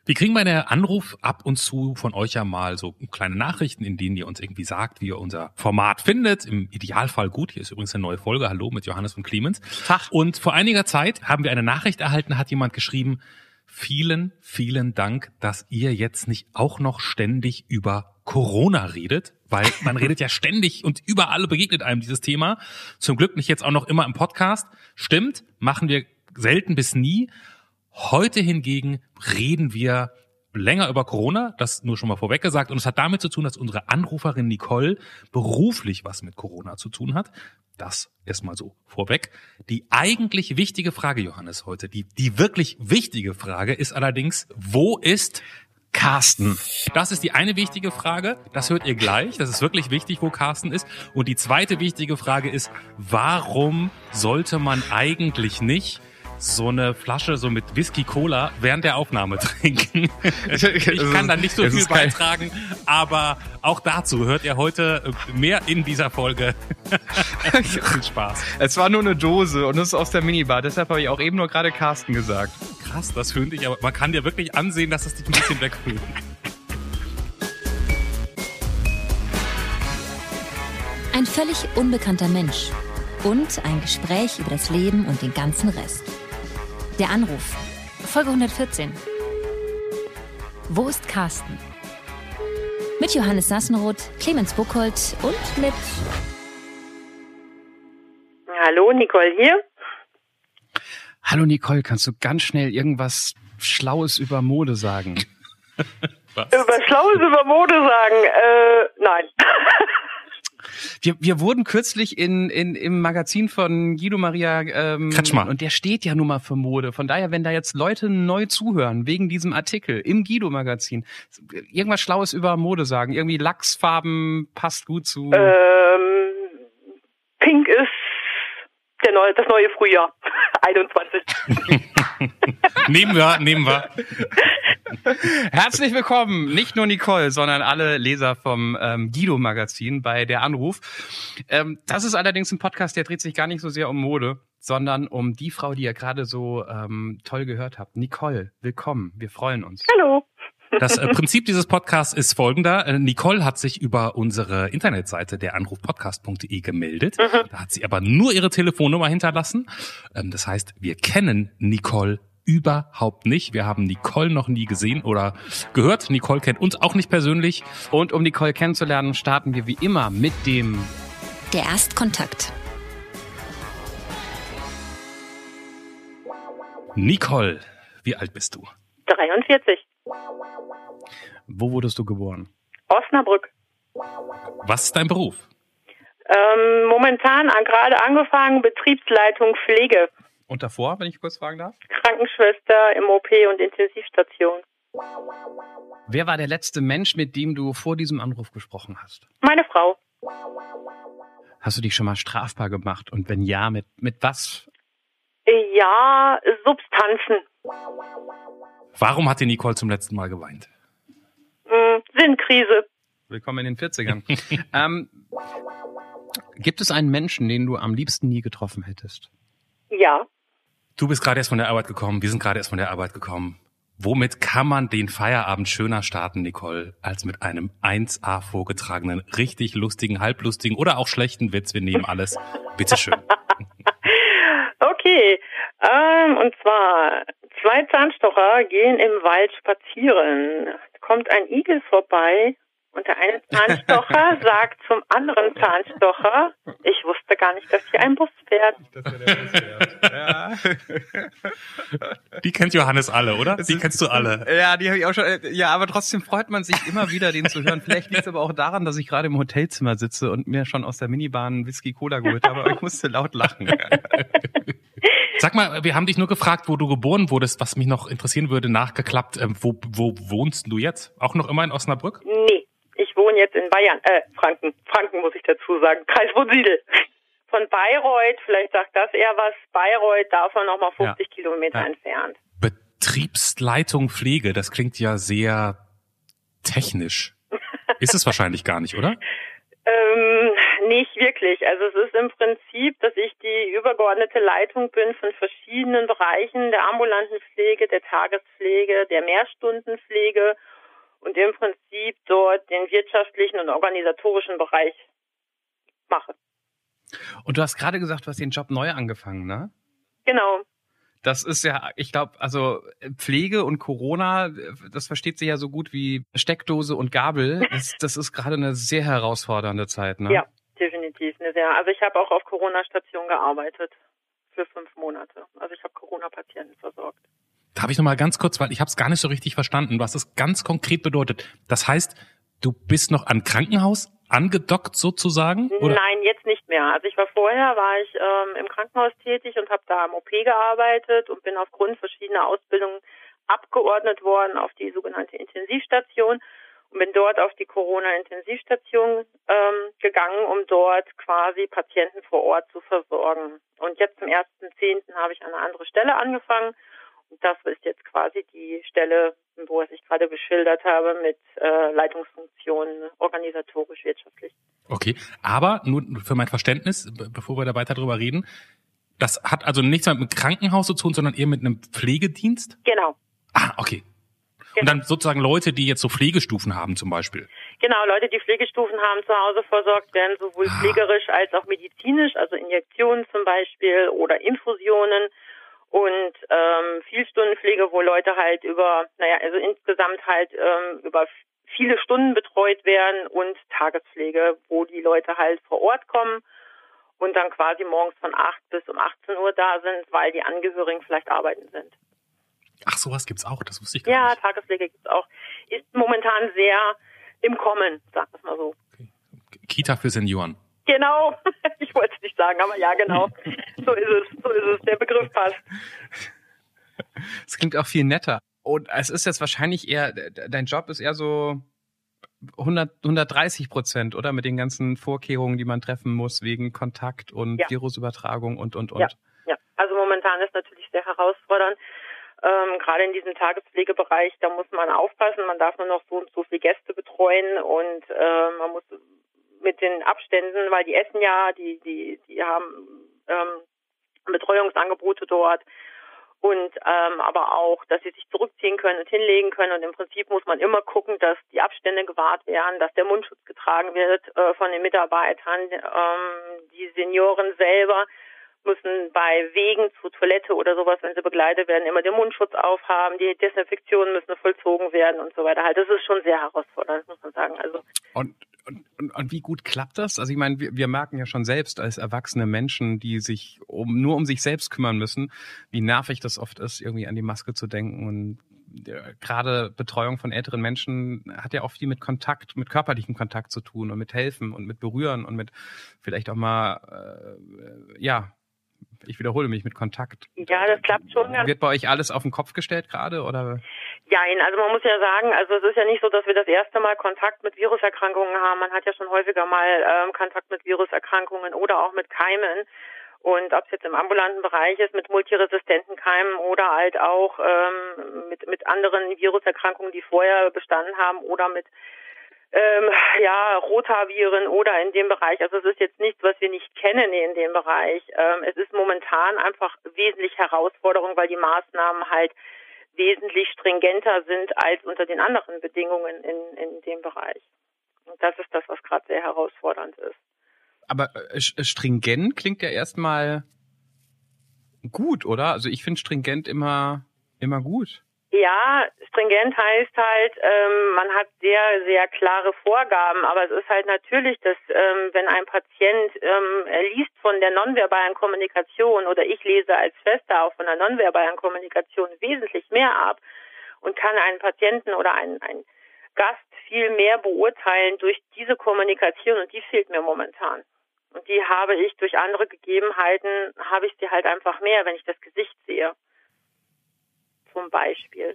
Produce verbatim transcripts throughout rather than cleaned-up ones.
Wir kriegen bei der Anruf ab und zu von euch ja mal so kleine Nachrichten, in denen ihr uns irgendwie sagt, wie ihr unser Format findet. Im Idealfall gut. Hier ist übrigens eine neue Folge. Hallo mit Johannes und Clemens. Tag. Und vor einiger Zeit haben wir eine Nachricht erhalten, hat jemand geschrieben, vielen, vielen Dank, dass ihr jetzt nicht auch noch ständig über Corona redet, weil man redet ja ständig und überall begegnet einem dieses Thema. Zum Glück nicht jetzt auch noch immer im Podcast. Stimmt, machen wir selten bis nie. Heute hingegen reden wir länger über Corona, das nur schon mal vorweg gesagt. Und es hat damit zu tun, dass unsere Anruferin Nicole beruflich was mit Corona zu tun hat. Das erstmal so vorweg. Die eigentlich wichtige Frage, Johannes, heute, die, die wirklich wichtige Frage ist allerdings, wo ist Carsten? Das ist die eine wichtige Frage. Das hört ihr gleich. Das ist wirklich wichtig, wo Carsten ist. Und die zweite wichtige Frage ist, warum sollte man eigentlich nicht so eine Flasche so mit Whisky Cola während der Aufnahme trinken? Ich kann da nicht so viel beitragen, aber auch dazu hört ihr heute mehr in dieser Folge. Viel Spaß. Es war nur eine Dose und es ist aus der Minibar, deshalb habe ich auch eben nur gerade Carsten gesagt. Krass, das finde ich, aber man kann dir wirklich ansehen, dass es dich ein bisschen wegfühlt. Ein völlig unbekannter Mensch und ein Gespräch über das Leben und den ganzen Rest. Der Anruf, Folge hundertvierzehn. Wo ist Carsten? Mit Johannes Sassenroth, Clemens Buchholz und mit... Hallo, Nicole hier. Hallo Nicole, kannst du ganz schnell irgendwas Schlaues über Mode sagen? Was? Über Schlaues über Mode sagen? Äh, nein. Wir, wir wurden kürzlich in, in, im Magazin von Guido Maria ähm, Kretschmer. Und der steht ja nun mal für Mode. Von daher, wenn da jetzt Leute neu zuhören, wegen diesem Artikel im Guido-Magazin, irgendwas Schlaues über Mode sagen. Irgendwie Lachsfarben passt gut zu... Ähm, Pink ist der neue, das neue Frühjahr. einundzwanzig. Nehmen wir, nehmen wir. Herzlich willkommen, nicht nur Nicole, sondern alle Leser vom ähm, Guido-Magazin bei Der Anruf. Ähm, das ist allerdings ein Podcast, der dreht sich gar nicht so sehr um Mode, sondern um die Frau, die ihr gerade so ähm, toll gehört habt. Nicole, willkommen, wir freuen uns. Hallo. Das äh, Prinzip dieses Podcasts ist folgender. Äh, Nicole hat sich über unsere Internetseite der anruf podcast punkt de gemeldet. Mhm. Da hat sie aber nur ihre Telefonnummer hinterlassen. Ähm, das heißt, wir kennen Nicole überhaupt nicht. Wir haben Nicole noch nie gesehen oder gehört. Nicole kennt uns auch nicht persönlich. Und um Nicole kennenzulernen, starten wir wie immer mit dem... Der Erstkontakt. Nicole, wie alt bist du? dreiundvierzig. Wo wurdest du geboren? Osnabrück. Was ist dein Beruf? Ähm, momentan an, gerade angefangen, Betriebsleitung Pflege. Und davor, wenn ich kurz fragen darf? Krankenschwester im O P und Intensivstation. Wer war der letzte Mensch, mit dem du vor diesem Anruf gesprochen hast? Meine Frau. Hast du dich schon mal strafbar gemacht? Und wenn ja, mit, mit was? Ja, Substanzen. Warum hat die Nicole zum letzten Mal geweint? Hm, Sinnkrise. Willkommen in den vierzigern. ähm, gibt es einen Menschen, den du am liebsten nie getroffen hättest? Ja. Du bist gerade erst von der Arbeit gekommen, wir sind gerade erst von der Arbeit gekommen. Womit kann man den Feierabend schöner starten, Nicole, als mit einem eins A vorgetragenen, richtig lustigen, halblustigen oder auch schlechten Witz? Wir nehmen alles. Bitteschön. Okay, ähm, und zwar, zwei Zahnstocher gehen im Wald spazieren. Kommt ein Igel vorbei und der eine Zahnstocher sagt zum anderen Zahnstocher, ich wusste gar nicht, dass hier ein Bus fährt. Dass hier der Bus fährt. Ja. Die kennt Johannes alle, oder? Die kennst du alle. Ja, die habe ich auch schon. Ja, aber trotzdem freut man sich immer wieder, den zu hören. Vielleicht liegt es aber auch daran, dass ich gerade im Hotelzimmer sitze und mir schon aus der Minibahn Whisky Cola geholt habe, aber ich musste laut lachen. Sag mal, wir haben dich nur gefragt, wo du geboren wurdest, was mich noch interessieren würde, nachgeklappt. Ähm, wo, wo wohnst du jetzt? Auch noch immer in Osnabrück? Nee, ich wohne jetzt in Bayern, äh, Franken. Franken muss ich dazu sagen, Kreis Wunsiedel. Von Bayreuth, vielleicht sagt das eher was, Bayreuth davon nochmal fünfzig ja. Kilometer ja. entfernt. Betriebsleitung Pflege, das klingt ja sehr technisch. Ist es wahrscheinlich gar nicht, oder? Ähm, Nicht wirklich. Also es ist im Prinzip, dass ich die übergeordnete Leitung bin von verschiedenen Bereichen der ambulanten Pflege, der Tagespflege, der Mehrstundenpflege und im Prinzip dort den wirtschaftlichen und organisatorischen Bereich mache. Und du hast gerade gesagt, du hast den Job neu angefangen, ne? Genau. Das ist ja, ich glaube, also Pflege und Corona, das versteht sich ja so gut wie Steckdose und Gabel. Das, das ist gerade eine sehr herausfordernde Zeit, ne? Ja, definitiv eine sehr. Also ich habe auch auf Corona-Station gearbeitet für fünf Monate. Also ich habe Corona-Patienten versorgt. Da habe ich noch mal ganz kurz, weil ich habe es gar nicht so richtig verstanden, was das ganz konkret bedeutet. Das heißt, du bist noch am Krankenhaus angedockt sozusagen? Oder? Nein, jetzt nicht mehr. Also ich war vorher, war ich ähm, im Krankenhaus tätig und habe da im O P gearbeitet und bin aufgrund verschiedener Ausbildungen abgeordnet worden auf die sogenannte Intensivstation und bin dort auf die Corona-Intensivstation ähm, gegangen, um dort quasi Patienten vor Ort zu versorgen. Und jetzt zum ersten zehnten habe ich an eine andere Stelle angefangen. Und das ist jetzt quasi die Stelle, wo ich gerade beschildert habe, mit äh, Leitungsfunktionen, organisatorisch, wirtschaftlich. Okay, aber nur für mein Verständnis, bevor wir da weiter drüber reden, das hat also nichts mehr mit dem Krankenhaus zu tun, sondern eher mit einem Pflegedienst? Genau. Ah, okay. Genau. Und dann sozusagen Leute, die jetzt so Pflegestufen haben zum Beispiel? Genau, Leute, die Pflegestufen haben, zu Hause versorgt werden, sowohl ah. pflegerisch als auch medizinisch, also Injektionen zum Beispiel oder Infusionen. Und ähm, Vielstundenpflege, wo Leute halt über, naja, also insgesamt halt ähm, über viele Stunden betreut werden und Tagespflege, wo die Leute halt vor Ort kommen und dann quasi morgens von acht bis um achtzehn Uhr da sind, weil die Angehörigen vielleicht arbeiten sind. Ach, sowas gibt's auch, das wusste ich gar ja, nicht. Ja, Tagespflege gibt's auch. Ist momentan sehr im Kommen, sagen wir es mal so. Okay. Kita für Senioren. Genau, ich wollte es nicht sagen, aber ja, genau. So ist es, so ist es, der Begriff passt. Es klingt auch viel netter. Und es ist jetzt wahrscheinlich eher, dein Job ist eher so hundert, hundertdreißig Prozent, oder? Mit den ganzen Vorkehrungen, die man treffen muss, wegen Kontakt und ja. Virusübertragung und, und, und. Ja, ja. Also momentan ist natürlich sehr herausfordernd. Ähm, gerade in diesem Tagespflegebereich, da muss man aufpassen, man darf nur noch so und so viele Gäste betreuen und äh, man muss mit den Abständen, weil die essen ja, die die die haben ähm, Betreuungsangebote dort und ähm, aber auch, dass sie sich zurückziehen können und hinlegen können und im Prinzip muss man immer gucken, dass die Abstände gewahrt werden, dass der Mundschutz getragen wird äh, von den Mitarbeitern. Ähm, die Senioren selber müssen bei Wegen zur Toilette oder sowas, wenn sie begleitet werden, immer den Mundschutz aufhaben, die Desinfektionen müssen vollzogen werden und so weiter. Halt, das ist schon sehr herausfordernd, muss man sagen. Also und Und, und, und wie gut klappt das? Also ich meine, wir, wir merken ja schon selbst als erwachsene Menschen, die sich um nur um sich selbst kümmern müssen, wie nervig das oft ist, irgendwie an die Maske zu denken. Und ja, gerade Betreuung von älteren Menschen hat ja auch viel mit Kontakt, mit körperlichem Kontakt zu tun und mit Helfen und mit Berühren und mit vielleicht auch mal, äh, ja, ich wiederhole mich, mit Kontakt. Ja, das klappt schon. Wird bei euch alles auf den Kopf gestellt gerade, oder? Jein, also man muss ja sagen, also es ist ja nicht so, dass wir das erste Mal Kontakt mit Viruserkrankungen haben. Man hat ja schon häufiger mal ähm, Kontakt mit Viruserkrankungen oder auch mit Keimen. Und ob es jetzt im ambulanten Bereich ist, mit multiresistenten Keimen oder halt auch ähm, mit, mit anderen Viruserkrankungen, die vorher bestanden haben oder mit Ähm, ja, Rotaviren oder in dem Bereich. Also es ist jetzt nichts, was wir nicht kennen in dem Bereich. Ähm, es ist momentan einfach wesentlich Herausforderung, weil die Maßnahmen halt wesentlich stringenter sind als unter den anderen Bedingungen in, in dem Bereich. Und das ist das, was gerade sehr herausfordernd ist. Aber äh, stringent klingt ja erstmal gut, oder? Also ich finde stringent immer, immer gut. Ja, stringent heißt halt, ähm, man hat sehr, sehr klare Vorgaben, aber es ist halt natürlich, dass ähm, wenn ein Patient ähm, er liest von der nonverbalen Kommunikation oder ich lese als Schwester auch von der nonverbalen Kommunikation wesentlich mehr ab und kann einen Patienten oder einen, einen Gast viel mehr beurteilen durch diese Kommunikation und die fehlt mir momentan. Und die habe ich durch andere Gegebenheiten, habe ich sie halt einfach mehr, wenn ich das Gesicht sehe. Zum Beispiel.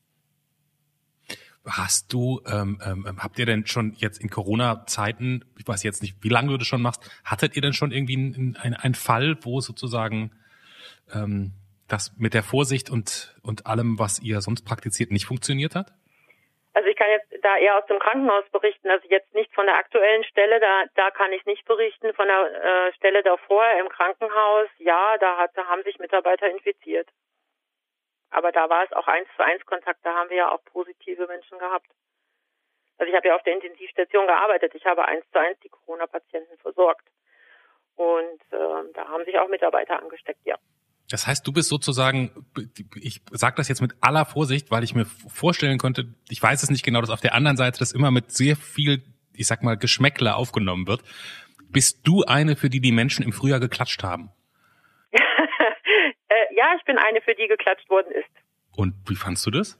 Hast du, ähm, ähm, habt ihr denn schon jetzt in Corona-Zeiten, ich weiß jetzt nicht, wie lange du das schon machst, hattet ihr denn schon irgendwie einen ein, ein Fall, wo sozusagen ähm, das mit der Vorsicht und und allem, was ihr sonst praktiziert, nicht funktioniert hat? Also ich kann jetzt da eher aus dem Krankenhaus berichten, also jetzt nicht von der aktuellen Stelle, da da kann ich nicht berichten. Von der äh, Stelle davor im Krankenhaus, ja, da, hat, da haben sich Mitarbeiter infiziert. Aber da war es auch eins zu eins Kontakt, da haben wir ja auch positive Menschen gehabt. Also ich habe ja auf der Intensivstation gearbeitet, ich habe eins zu eins die Corona-Patienten versorgt. Und äh, da haben sich auch Mitarbeiter angesteckt, ja. Das heißt, du bist sozusagen, ich sage das jetzt mit aller Vorsicht, weil ich mir vorstellen konnte, ich weiß es nicht genau, dass auf der anderen Seite das immer mit sehr viel, ich sag mal, Geschmäckle aufgenommen wird. Bist du eine, für die die Menschen im Frühjahr geklatscht haben? äh, ja, ich bin eine, für die geklatscht worden ist. Und wie fandst du das?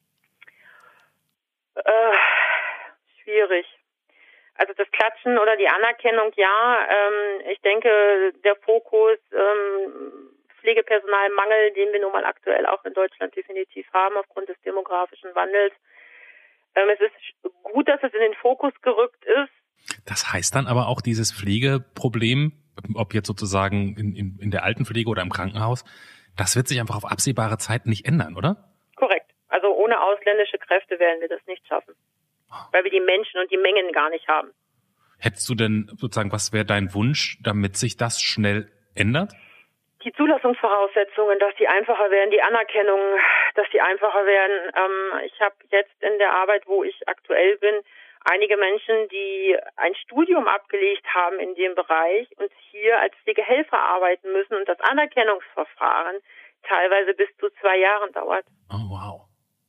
Äh, schwierig. Also das Klatschen oder die Anerkennung, ja. Ähm, ich denke, der Fokus ähm, Pflegepersonalmangel, den wir nun mal aktuell auch in Deutschland definitiv haben aufgrund des demografischen Wandels. Ähm, es ist gut, dass es in den Fokus gerückt ist. Das heißt dann aber auch dieses Pflegeproblem, ob jetzt sozusagen in, in, in der Altenpflege oder im Krankenhaus, das wird sich einfach auf absehbare Zeit nicht ändern, oder? Korrekt. Also ohne ausländische Kräfte werden wir das nicht schaffen, weil wir die Menschen und die Mengen gar nicht haben. Hättest du denn sozusagen, was wäre dein Wunsch, damit sich das schnell ändert? Die Zulassungsvoraussetzungen, dass die einfacher werden, die Anerkennung, dass die einfacher werden. Ähm, ich habe jetzt in der Arbeit, wo ich aktuell bin, einige Menschen, die ein Studium abgelegt haben in dem Bereich und hier als Pflegehelfer arbeiten müssen und das Anerkennungsverfahren teilweise bis zu zwei Jahren dauert. Oh, wow.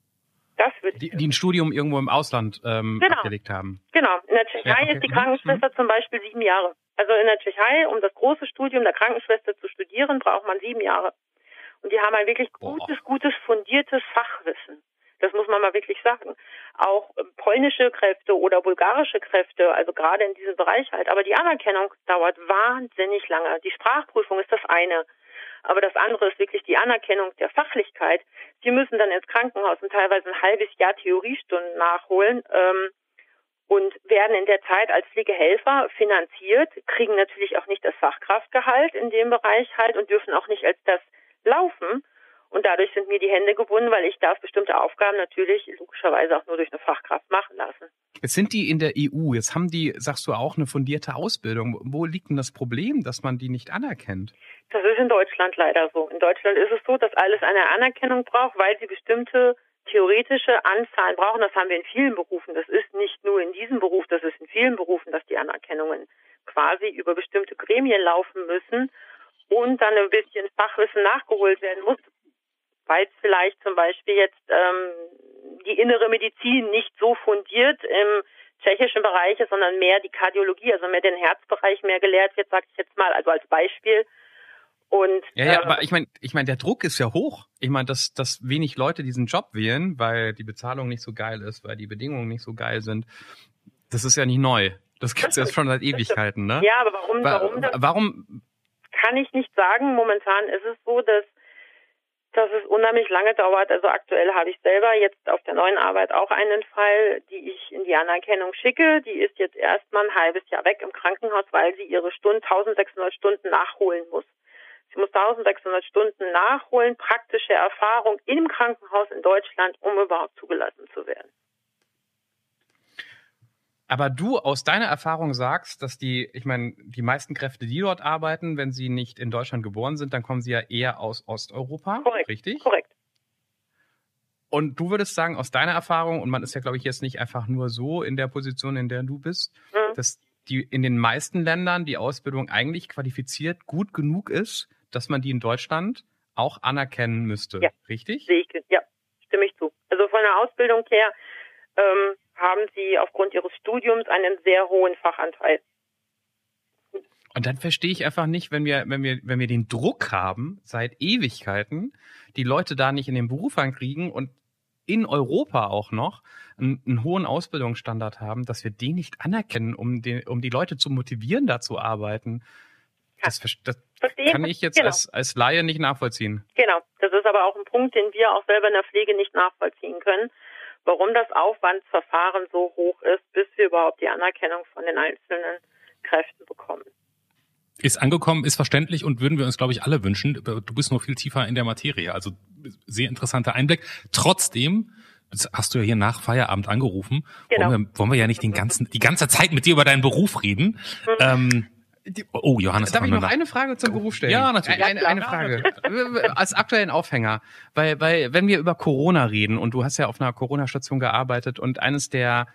Das wird die, die ein Studium irgendwo im Ausland ähm, genau. abgelegt haben. Genau. In der Tschechei ja, okay. ist die Krankenschwester mhm. zum Beispiel sieben Jahre. Also in der Tschechei, um das große Studium der Krankenschwester zu studieren, braucht man sieben Jahre. Und die haben ein wirklich gutes, Boah. gutes, fundiertes Fachwissen. Das muss man mal wirklich sagen. Auch polnische Kräfte oder bulgarische Kräfte, also gerade in diesem Bereich halt. Aber die Anerkennung dauert wahnsinnig lange. Die Sprachprüfung ist das eine. Aber das andere ist wirklich die Anerkennung der Fachlichkeit. Sie müssen dann ins Krankenhaus und teilweise ein halbes Jahr Theoriestunden nachholen ähm, und werden in der Zeit als Pflegehelfer finanziert, kriegen natürlich auch nicht das Fachkraftgehalt in dem Bereich halt und dürfen auch nicht als das laufen. Und dadurch sind mir die Hände gebunden, weil ich darf bestimmte Aufgaben natürlich logischerweise auch nur durch eine Fachkraft machen lassen. Jetzt sind die in der E U, jetzt haben die, sagst du, auch eine fundierte Ausbildung. Wo liegt denn das Problem, dass man die nicht anerkennt? Das ist in Deutschland leider so. In Deutschland ist es so, dass alles eine Anerkennung braucht, weil sie bestimmte theoretische Anzahlen brauchen. Das haben wir in vielen Berufen. Das ist nicht nur in diesem Beruf, das ist in vielen Berufen, dass die Anerkennungen quasi über bestimmte Gremien laufen müssen und dann ein bisschen Fachwissen nachgeholt werden muss, weil es vielleicht zum Beispiel jetzt ähm, die innere Medizin nicht so fundiert im tschechischen Bereich ist, sondern mehr die Kardiologie, also mehr den Herzbereich mehr gelehrt wird, sage ich jetzt mal, also als Beispiel. Und, ja, ja, ähm, aber ich meine, ich meine, der Druck ist ja hoch. Ich meine, dass, dass wenig Leute diesen Job wählen, weil die Bezahlung nicht so geil ist, weil die Bedingungen nicht so geil sind. Das ist ja nicht neu. Das gibt's ja schon seit Ewigkeiten, ne? Ja, aber warum, warum das? Warum? Kann ich nicht sagen. Momentan ist es so, dass dass es unheimlich lange dauert. Also aktuell habe ich selber jetzt auf der neuen Arbeit auch einen Fall, die ich in die Anerkennung schicke. Die ist jetzt erstmal ein halbes Jahr weg im Krankenhaus, weil sie ihre Stunden, eintausendsechshundert Stunden nachholen muss. Sie muss eintausendsechshundert Stunden nachholen, praktische Erfahrung im Krankenhaus in Deutschland, um überhaupt zugelassen zu werden. Aber du aus deiner Erfahrung sagst, dass die, ich meine, die meisten Kräfte, die dort arbeiten, wenn sie nicht in Deutschland geboren sind, dann kommen sie ja eher aus Osteuropa, korrekt, richtig? Korrekt. Und du würdest sagen, aus deiner Erfahrung, und man ist ja, glaube ich, jetzt nicht einfach nur so in der Position, in der du bist, mhm. dass die in den meisten Ländern die Ausbildung eigentlich qualifiziert gut genug ist, dass man die in Deutschland auch anerkennen müsste, ja. richtig? Sehe ich, ja, stimme ich zu. Also von der Ausbildung her ähm, haben sie aufgrund ihres Studiums einen sehr hohen Fachanteil. Und dann verstehe ich einfach nicht, wenn wir, wenn wir, wenn wir den Druck haben, seit Ewigkeiten, die Leute da nicht in den Beruf ankriegen und in Europa auch noch einen, einen hohen Ausbildungsstandard haben, dass wir den nicht anerkennen, um, den, um die Leute zu motivieren, da zu arbeiten. Das, das kann ich jetzt genau. als, als Laie nicht nachvollziehen. Genau, das ist aber auch ein Punkt, den wir auch selber in der Pflege nicht nachvollziehen können, warum das Aufwandsverfahren so hoch ist, bis wir überhaupt die Anerkennung von den einzelnen Kräften bekommen. Ist angekommen, ist verständlich und würden wir uns, glaube ich, alle wünschen. Du bist nur viel tiefer in der Materie, also sehr interessanter Einblick. Trotzdem jetzt hast du ja hier nach Feierabend angerufen. Genau. Wollen wir, wollen wir ja nicht den ganzen, die ganze Zeit mit dir über deinen Beruf reden. Mhm. Ähm, oh, Johannes. Darf ich noch eine Frage zum Beruf stellen? Ja, natürlich. Eine, eine Frage. Als aktuellen Aufhänger. Weil, weil, wenn wir über Corona reden und du hast ja auf einer Corona-Station gearbeitet und eines der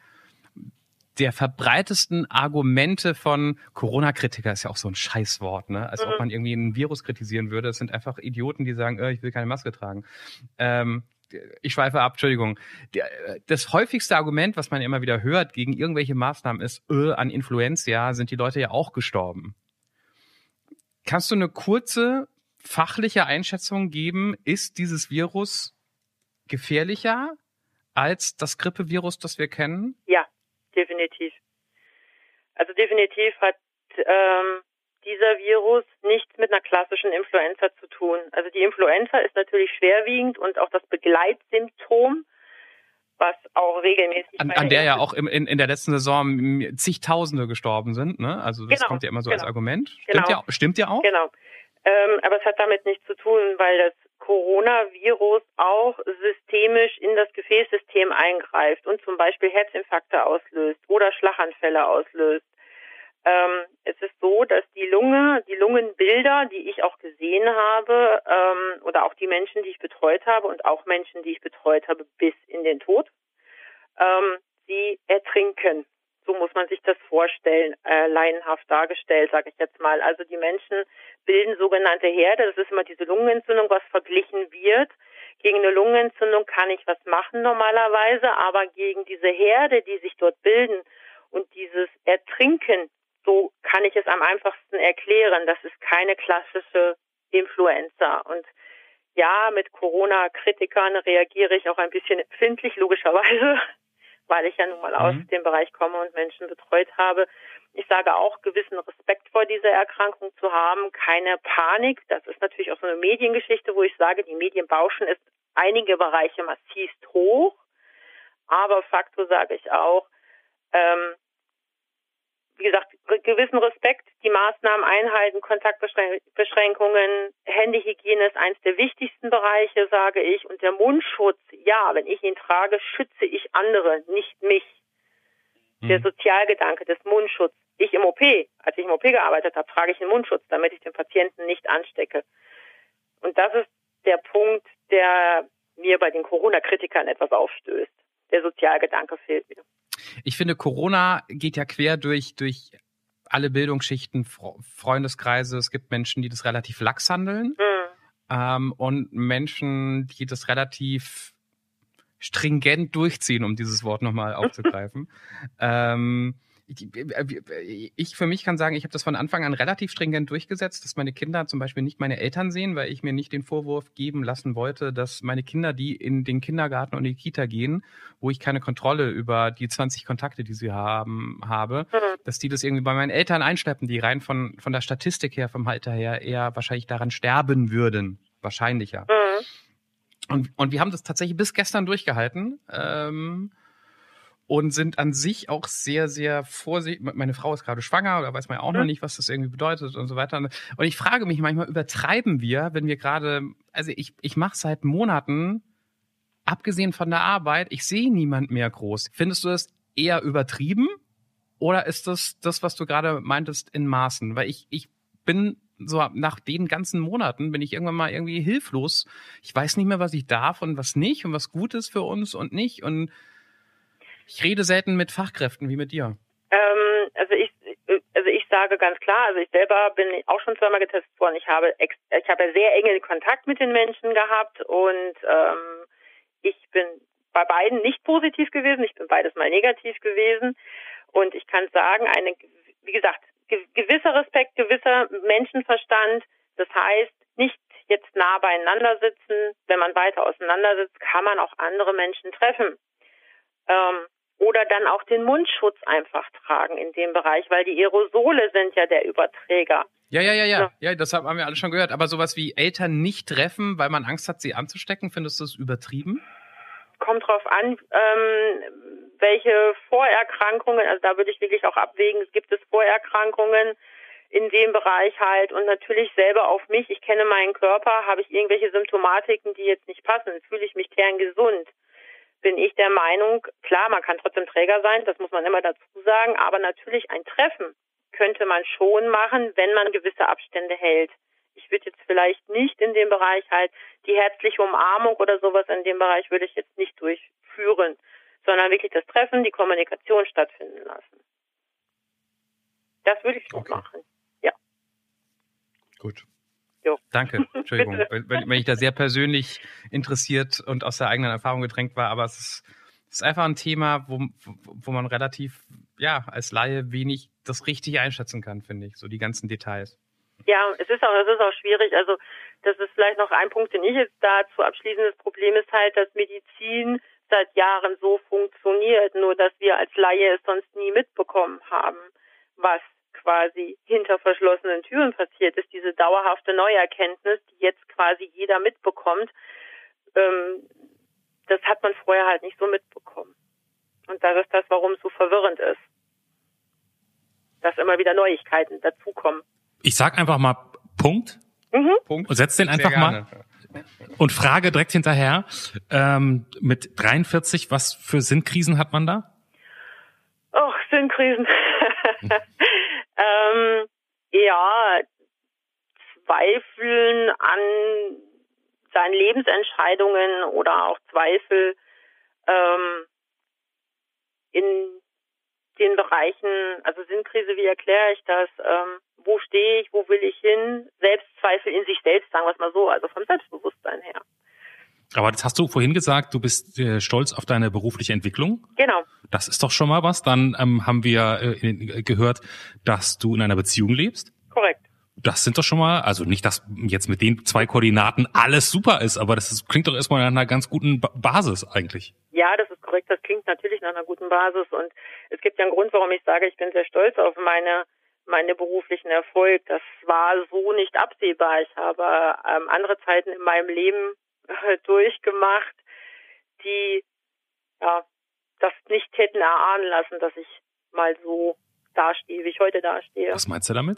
der verbreitesten Argumente von Corona-Kritiker ist ja auch so ein Scheißwort, ne? Als mhm. ob man irgendwie ein Virus kritisieren würde. Es sind einfach Idioten, die sagen, äh, ich will keine Maske tragen. Ähm, ich schweife ab, Entschuldigung. Das häufigste Argument, was man immer wieder hört gegen irgendwelche Maßnahmen ist, äh, an Influenza sind die Leute ja auch gestorben. Kannst du eine kurze fachliche Einschätzung geben, ist dieses Virus gefährlicher als das Grippevirus, das wir kennen? Ja. Definitiv. Also definitiv hat ähm, dieser Virus nichts mit einer klassischen Influenza zu tun. Also die Influenza ist natürlich schwerwiegend und auch das Begleitsymptom, was auch regelmäßig... An, an der ja auch im, in, in der letzten Saison zigtausende gestorben sind, ne? Also das genau, kommt ja immer so genau. als Argument. Stimmt, genau. ja, stimmt ja auch? Genau. Ähm, aber es hat damit nichts zu tun, weil das Coronavirus auch systemisch in das Gefäßsystem eingreift und zum Beispiel Herzinfarkte auslöst oder Schlaganfälle auslöst. Ähm, es ist so, dass die Lunge, die Lungenbilder, die ich auch gesehen habe, ähm, oder auch die Menschen, die ich betreut habe und auch Menschen, die ich betreut habe bis in den Tod, ähm, sie ertrinken. So muss man sich das vorstellen, äh, laienhaft dargestellt, sage ich jetzt mal. Also die Menschen bilden sogenannte Herde. Das ist immer diese Lungenentzündung, was verglichen wird. Gegen eine Lungenentzündung kann ich was machen normalerweise, aber gegen diese Herde, die sich dort bilden und dieses Ertrinken, so kann ich es am einfachsten erklären. Das ist keine klassische Influenza. Und ja, mit Corona-Kritikern reagiere ich auch ein bisschen empfindlich, logischerweise, weil ich ja nun mal aus mhm. dem Bereich komme und Menschen betreut habe. Ich sage auch, gewissen Respekt vor dieser Erkrankung zu haben, keine Panik. Das ist natürlich auch so eine Mediengeschichte, wo ich sage, die Medienbauschen ist einige Bereiche massivst hoch. Aber facto sage ich auch, ähm, wie gesagt, gewissen Respekt, die Maßnahmen einhalten, Kontaktbeschränkungen, Händehygiene ist eines der wichtigsten Bereiche, sage ich. Und der Mundschutz, ja, wenn ich ihn trage, schütze ich andere, nicht mich. Mhm. Der Sozialgedanke des Mundschutzes. Ich im O P, als ich im O P gearbeitet habe, trage ich einen Mundschutz, damit ich den Patienten nicht anstecke. Und das ist der Punkt, der mir bei den Corona-Kritikern etwas aufstößt. Der Sozialgedanke fehlt mir. Ich finde, Corona geht ja quer durch, durch alle Bildungsschichten, Freundeskreise. Es gibt Menschen, die das relativ lax handeln mhm. ähm, und Menschen, die das relativ stringent durchziehen, um dieses Wort nochmal aufzugreifen. ähm, ich, ich für mich kann sagen, ich habe das von Anfang an relativ stringent durchgesetzt, dass meine Kinder zum Beispiel nicht meine Eltern sehen, weil ich mir nicht den Vorwurf geben lassen wollte, dass meine Kinder, die in den Kindergarten und die Kita gehen, wo ich keine Kontrolle über die zwanzig Kontakte, die sie haben, habe, mhm. dass die das irgendwie bei meinen Eltern einschleppen, die rein von, von der Statistik her, vom Alter her eher wahrscheinlich daran sterben würden. Wahrscheinlicher. Mhm. Und, und wir haben das tatsächlich bis gestern durchgehalten. Ähm, Und sind an sich auch sehr, sehr vorsichtig. Meine Frau ist gerade schwanger, oder weiß man ja auch noch nicht, was das irgendwie bedeutet und so weiter. Und ich frage mich manchmal, übertreiben wir, wenn wir gerade, also ich, ich mache seit Monaten, abgesehen von der Arbeit, ich sehe niemand mehr groß. Findest du das eher übertrieben? Oder ist das das, was du gerade meintest, in Maßen? Weil ich, ich bin so nach den ganzen Monaten, bin ich irgendwann mal irgendwie hilflos. Ich weiß nicht mehr, was ich darf und was nicht und was gut ist für uns und nicht. Und ich rede selten mit Fachkräften wie mit dir. Ähm, also ich, also ich sage ganz klar, also ich selber bin auch schon zweimal getestet worden. Ich habe, ex, ich habe sehr engen Kontakt mit den Menschen gehabt und ähm, ich bin bei beiden nicht positiv gewesen. Ich bin beides mal negativ gewesen und ich kann sagen, eine, wie gesagt, gewisser Respekt, gewisser Menschenverstand. Das heißt, nicht jetzt nah beieinander sitzen. Wenn man weiter auseinander sitzt, kann man auch andere Menschen treffen. Ähm, Oder dann auch den Mundschutz einfach tragen in dem Bereich, weil die Aerosole sind ja der Überträger. Ja, ja, ja, ja. Ja, ja das haben wir alle schon gehört. Aber sowas wie Eltern nicht treffen, weil man Angst hat, sie anzustecken, findest du das übertrieben? Kommt drauf an, ähm, welche Vorerkrankungen, also da würde ich wirklich auch abwägen, gibt es Vorerkrankungen in dem Bereich halt und natürlich selber auf mich. Ich kenne meinen Körper, habe ich irgendwelche Symptomatiken, die jetzt nicht passen, fühle ich mich kerngesund. bin ich der Meinung, klar, man kann trotzdem Träger sein, das muss man immer dazu sagen, aber natürlich ein Treffen könnte man schon machen, wenn man gewisse Abstände hält. Ich würde jetzt vielleicht nicht in dem Bereich halt die herzliche Umarmung oder sowas, in dem Bereich würde ich jetzt nicht durchführen, sondern wirklich das Treffen, die Kommunikation stattfinden lassen. Das würde ich schon Okay. machen. Ja. Gut. Jo. Danke. Entschuldigung, wenn, wenn ich da sehr persönlich interessiert und aus der eigenen Erfahrung gedrängt war, aber es ist, es ist einfach ein Thema, wo, wo man relativ, ja, als Laie wenig das richtig einschätzen kann, finde ich, so die ganzen Details. Ja, es ist auch, es ist auch schwierig. Also das ist vielleicht noch ein Punkt, den ich jetzt dazu abschließe. Das Problem ist halt, dass Medizin seit Jahren so funktioniert, nur dass wir als Laie es sonst nie mitbekommen haben, was quasi hinter verschlossenen Türen passiert ist. Diese dauerhafte Neuerkenntnis, die jetzt quasi jeder mitbekommt, ähm, das hat man vorher halt nicht so mitbekommen. Und das ist das, warum es so verwirrend ist, dass immer wieder Neuigkeiten dazukommen. Ich sag einfach mal Punkt Mhm. Punkt. und setz den einfach Sehr mal gerne. und frage direkt hinterher, ähm, mit dreiundvierzig, was für Sinnkrisen hat man da? Och, Sinnkrisen. ähm, ja, Zweifeln an seinen Lebensentscheidungen oder auch Zweifel ähm, in den Bereichen, also Sinnkrise, wie erkläre ich das? Ähm, wo stehe ich, wo will ich hin? Selbstzweifel in sich selbst, sagen wir es mal so, also vom Selbstbewusstsein her. Aber das hast du vorhin gesagt, du bist äh, stolz auf deine berufliche Entwicklung. Genau. Das ist doch schon mal was. Dann ähm, haben wir äh, gehört, dass du in einer Beziehung lebst. Korrekt. Das sind doch schon mal, also nicht, dass jetzt mit den zwei Koordinaten alles super ist, aber das ist, klingt doch erstmal nach einer ganz guten ba- Basis eigentlich. Ja, das ist korrekt. Das klingt natürlich nach einer guten Basis. Und es gibt ja einen Grund, warum ich sage, ich bin sehr stolz auf meine meine beruflichen Erfolg. Das war so nicht absehbar. Ich habe ähm, andere Zeiten in meinem Leben äh, durchgemacht, die ja das nicht hätten erahnen lassen, dass ich mal so dastehe, wie ich heute dastehe. Was meinst du damit?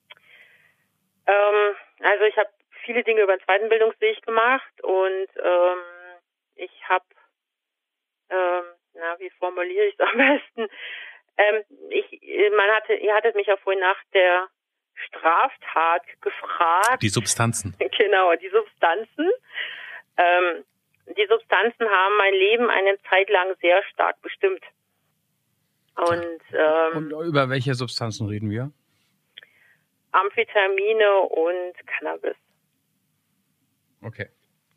Ähm, also ich habe viele Dinge über den zweiten Bildungsweg gemacht und ähm, ich habe, ähm, na, wie formuliere ich es am besten? Ähm, ich, man hatte, ihr hattet mich ja vorhin nach der Straftat gefragt. Die Substanzen. Genau, die Substanzen. Ähm, die Substanzen haben mein Leben eine Zeit lang sehr stark bestimmt. Und, ähm, Und über welche Substanzen reden wir? Amphetamine und Cannabis. Okay.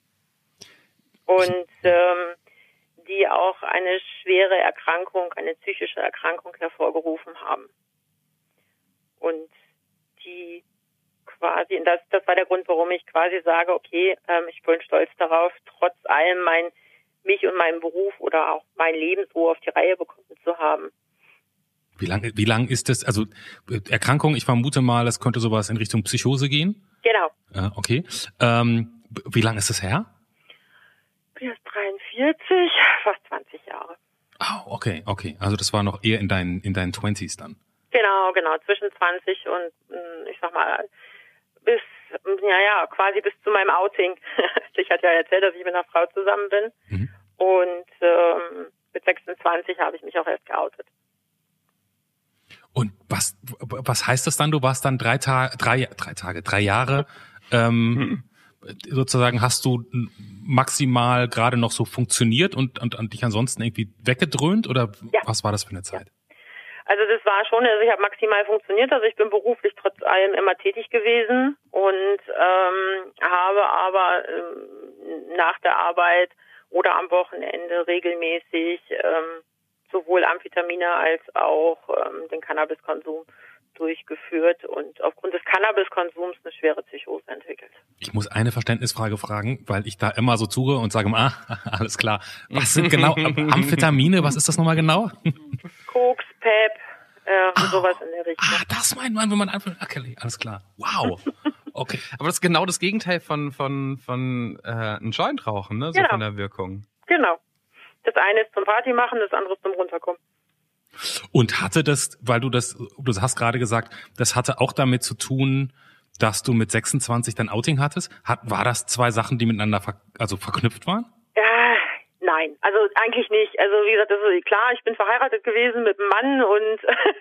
Und ähm, die auch eine schwere Erkrankung, eine psychische Erkrankung hervorgerufen haben. Und die quasi, und das, das war der Grund, warum ich quasi sage, okay, ähm, ich bin stolz darauf, trotz allem mein, mich und meinen Beruf oder auch mein Leben so auf die Reihe bekommen zu haben. Wie lange, wie lang ist das? Also Erkrankung, ich vermute mal, es könnte sowas in Richtung Psychose gehen. Genau. Ja, okay. Ähm, wie lange ist das her? Ich bin jetzt dreiundvierzig, fast zwanzig Jahre. Ah, oh, okay, okay. Also das war noch eher in deinen in deinen Twenties dann. Genau, genau, zwischen zwanzig und ich sag mal bis, ja, ja, quasi bis zu meinem Outing. Ich hatte ja erzählt, dass ich mit einer Frau zusammen bin. Mhm. Und ähm, mit sechsundzwanzig habe ich mich auch erst geoutet. Und was was heißt das dann? Du warst dann drei Tage, drei drei Tage, drei Jahre. Ähm, sozusagen hast du maximal gerade noch so funktioniert und, und, und dich ansonsten irgendwie weggedröhnt oder Ja. was war das für eine Zeit? Also das war schon, also ich habe maximal funktioniert, also ich bin beruflich trotz allem immer tätig gewesen und ähm, habe aber ähm, nach der Arbeit oder am Wochenende regelmäßig ähm, sowohl Amphetamine als auch ähm, den Cannabiskonsum durchgeführt und aufgrund des Cannabiskonsums eine schwere Psychose entwickelt. Ich muss eine Verständnisfrage fragen, weil ich da immer so zuhöre und sage, ah, alles klar. Was sind genau Amphetamine? Was ist das nochmal genau? Koks, Pep, äh, Ah. sowas in der Richtung. Ah, das meint man, wenn man einfach, okay, alles klar. Wow. Okay. Aber das ist genau das Gegenteil von von von äh, einem Joint rauchen, ne? So Genau. von der Wirkung. Genau. Das eine ist zum Party machen, das andere ist zum Runterkommen. Und hatte das, weil du das, du hast gerade gesagt, das hatte auch damit zu tun, dass du mit sechsundzwanzig dein Outing hattest? Hat, war das zwei Sachen, die miteinander ver, also verknüpft waren? Äh, nein. Nein, also eigentlich nicht. Also wie gesagt, das ist klar, ich bin verheiratet gewesen mit einem Mann und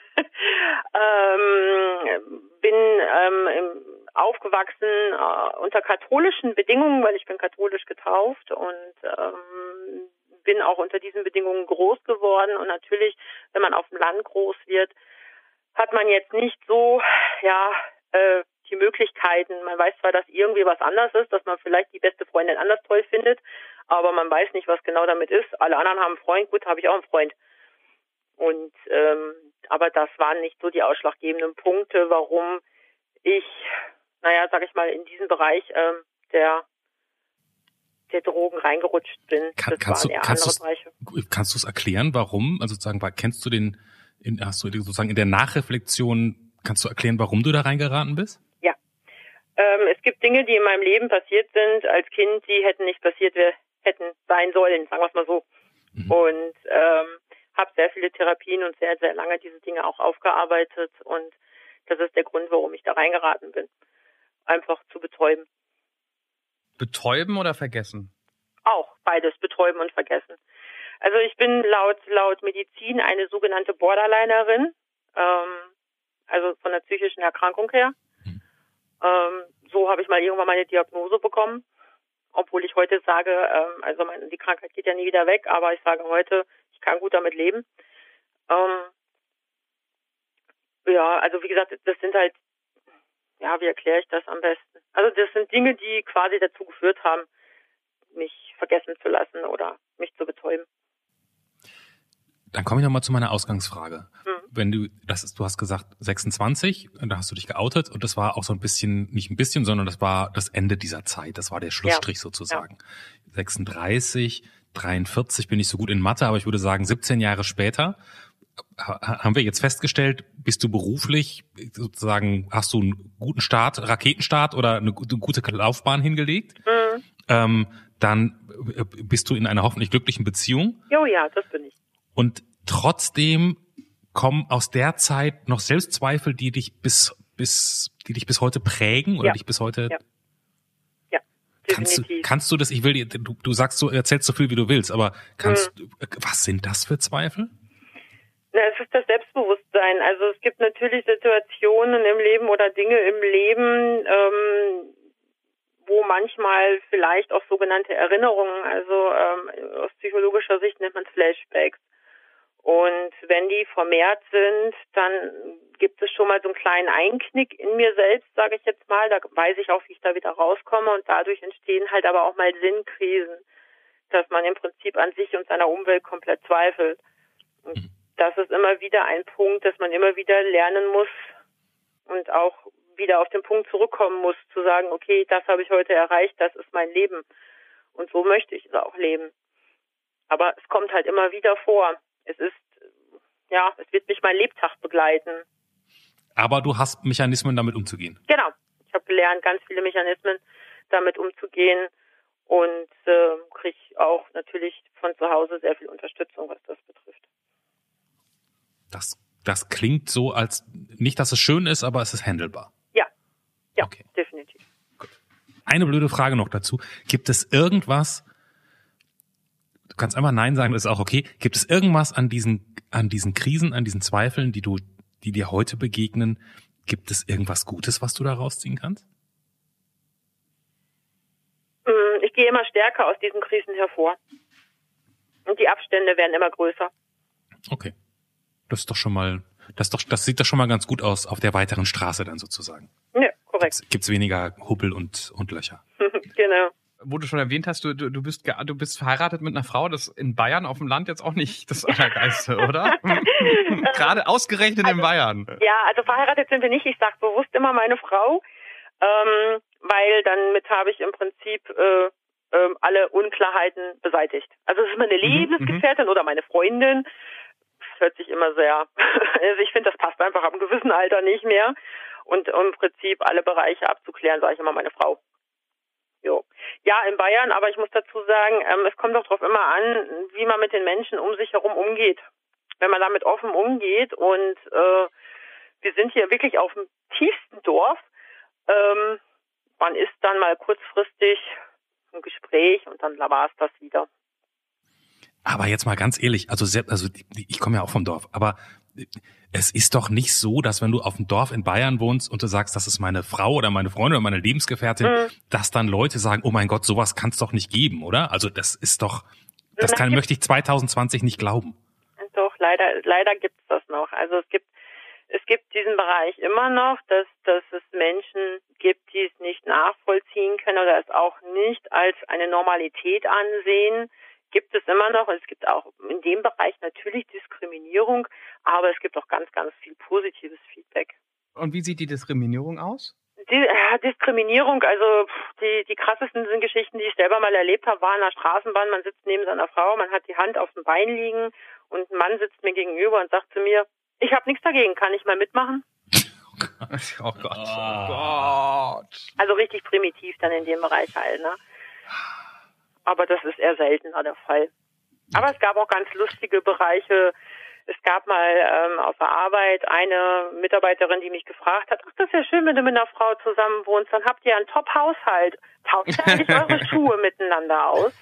ähm, bin ähm, aufgewachsen äh, unter katholischen Bedingungen, weil ich bin katholisch getauft und ähm, bin auch unter diesen Bedingungen groß geworden. Und natürlich, wenn man auf dem Land groß wird, hat man jetzt nicht so, ja, äh, die Möglichkeiten. Man weiß zwar, dass irgendwie was anders ist, dass man vielleicht die beste Freundin anders toll findet, aber man weiß nicht, was genau damit ist. Alle anderen haben einen Freund, gut, habe ich auch einen Freund. Und ähm, aber das waren nicht so die ausschlaggebenden Punkte, warum ich, naja, sag ich mal, in diesen Bereich ähm, der der Drogen reingerutscht bin. Kann, das kannst waren du eher kannst andere Bereiche. Kannst du es erklären, warum? Also sozusagen, kennst du den, in, hast du sozusagen in der Nachreflexion, kannst du erklären, warum du da reingeraten bist? Ja. Ähm, es gibt Dinge, die in meinem Leben passiert sind als Kind, die hätten nicht passiert hätten sein sollen, sagen wir es mal so. Mhm. Und ähm, habe sehr viele Therapien und sehr, sehr lange diese Dinge auch aufgearbeitet. Und das ist der Grund, warum ich da reingeraten bin. Einfach zu betäuben. Betäuben oder vergessen? Auch beides, betäuben und vergessen. Also ich bin laut laut Medizin eine sogenannte Borderlinerin, ähm, also von der psychischen Erkrankung her. Mhm. Ähm, so habe ich mal irgendwann meine Diagnose bekommen, obwohl ich heute sage, ähm, also meine, die Krankheit geht ja nie wieder weg, aber ich sage heute, ich kann gut damit leben. Ähm, ja, also wie gesagt, das sind halt, ja, wie erkläre ich das am besten? Also das sind Dinge, die quasi dazu geführt haben, mich vergessen zu lassen oder mich zu betäuben. Dann komme ich nochmal zu meiner Ausgangsfrage. Hm. Wenn du, das ist, du hast gesagt sechsundzwanzig, da hast du dich geoutet und das war auch so ein bisschen, nicht ein bisschen, sondern das war das Ende dieser Zeit. Das war der Schlussstrich ja. sozusagen. Ja. sechsunddreißig, dreiundvierzig bin ich so gut in Mathe, aber ich würde sagen siebzehn Jahre später haben wir jetzt festgestellt, bist du beruflich sozusagen, hast du einen guten Start, Raketenstart oder eine gute Laufbahn hingelegt? Mhm. Ähm, dann bist du in einer hoffentlich glücklichen Beziehung. Jo, ja, das bin ich. Und trotzdem kommen aus der Zeit noch Selbstzweifel, die dich bis bis die dich bis heute prägen oder ja. dich bis heute. Ja. ja kannst du kannst du das? Ich will dir, du, du sagst so, erzählst so viel wie du willst, aber kannst mhm. was sind das für Zweifel? Na, es ist das Selbstbewusstsein. Also es gibt natürlich Situationen im Leben oder Dinge im Leben, ähm, wo manchmal vielleicht auch sogenannte Erinnerungen, also ähm, aus psychologischer Sicht nennt man es Flashbacks. Und wenn die vermehrt sind, dann gibt es schon mal so einen kleinen Einknick in mir selbst, sage ich jetzt mal. Da weiß ich auch, wie ich da wieder rauskomme. Und dadurch entstehen halt aber auch mal Sinnkrisen, dass man im Prinzip an sich und seiner Umwelt komplett zweifelt. Und das ist immer wieder ein Punkt, dass man immer wieder lernen muss und auch wieder auf den Punkt zurückkommen muss, zu sagen, okay, das habe ich heute erreicht, das ist mein Leben. Und so möchte ich es auch leben. Aber es kommt halt immer wieder vor. Es ist, ja, es wird mich mein Lebtag begleiten. Aber du hast Mechanismen, damit umzugehen. Genau. Ich habe gelernt, ganz viele Mechanismen, damit umzugehen und äh, kriege auch natürlich von zu Hause sehr viel Unterstützung, was das betrifft. Das, das klingt so, als nicht, dass es schön ist, aber es ist handelbar. Ja, ja, okay. Definitiv. Gut. Eine blöde Frage noch dazu. Gibt es irgendwas, du kannst einfach Nein sagen, das ist auch okay. Gibt es irgendwas an diesen, an diesen Krisen, an diesen Zweifeln, die du, die dir heute begegnen, gibt es irgendwas Gutes, was du da rausziehen kannst? Ich gehe immer stärker aus diesen Krisen hervor. Und die Abstände werden immer größer. Okay. Das ist doch schon mal, das doch, das sieht doch schon mal ganz gut aus auf der weiteren Straße dann sozusagen. Ja, korrekt. Gibt's, gibt's weniger Hubbel und, und Löcher. Genau. Wo du schon erwähnt hast, du, du, du bist, du bist verheiratet mit einer Frau, das ist in Bayern auf dem Land jetzt auch nicht das Allergeiste, oder? Gerade ausgerechnet also, in Bayern. Ja, also verheiratet sind wir nicht. Ich sage bewusst immer meine Frau, ähm, weil damit habe ich im Prinzip äh, äh, alle Unklarheiten beseitigt. Also es ist meine Lebensgefährtin mhm, oder meine Freundin. Hört sich immer sehr, also ich finde, das passt einfach ab einem gewissen Alter nicht mehr. Und im Prinzip alle Bereiche abzuklären, sage ich immer meine Frau. Jo. Ja, in Bayern, aber ich muss dazu sagen, ähm, es kommt doch drauf immer an, wie man mit den Menschen um sich herum umgeht. Wenn man damit offen umgeht und äh, wir sind hier wirklich auf dem tiefsten Dorf, ähm, man ist dann mal kurzfristig im Gespräch und dann war es das wieder. Aber jetzt mal ganz ehrlich, also selbst, also ich komme ja auch vom Dorf, aber es ist doch nicht so, dass wenn du auf dem Dorf in Bayern wohnst und du sagst, das ist meine Frau oder meine Freundin oder meine Lebensgefährtin, mhm. dass dann Leute sagen, oh mein Gott, sowas kann es doch nicht geben, oder? Also das ist doch, das kann, möchte ich zwanzig zwanzig nicht glauben. Doch, leider, leider gibt es das noch. Also es gibt, es gibt diesen Bereich immer noch, dass, dass es Menschen gibt, die es nicht nachvollziehen können oder es auch nicht als eine Normalität ansehen. Gibt es immer noch. Und es gibt auch in dem Bereich natürlich Diskriminierung, aber es gibt auch ganz, ganz viel positives Feedback. Und wie sieht die Diskriminierung aus? Die äh, Diskriminierung, also die die krassesten sind Geschichten, die ich selber mal erlebt habe, war in der Straßenbahn. Man sitzt neben seiner Frau, man hat die Hand auf dem Bein liegen und ein Mann sitzt mir gegenüber und sagt zu mir, ich habe nichts dagegen, kann ich mal mitmachen? Oh Gott. Oh Gott. Also richtig primitiv dann in dem Bereich halt, ne? Aber das ist eher seltener der Fall. Aber es gab auch ganz lustige Bereiche. Es gab mal ähm, auf der Arbeit eine Mitarbeiterin, die mich gefragt hat, ach, das ist ja schön, wenn du mit einer Frau zusammen wohnst, dann habt ihr einen Top-Haushalt. Tauscht ihr eigentlich eure Schuhe miteinander aus?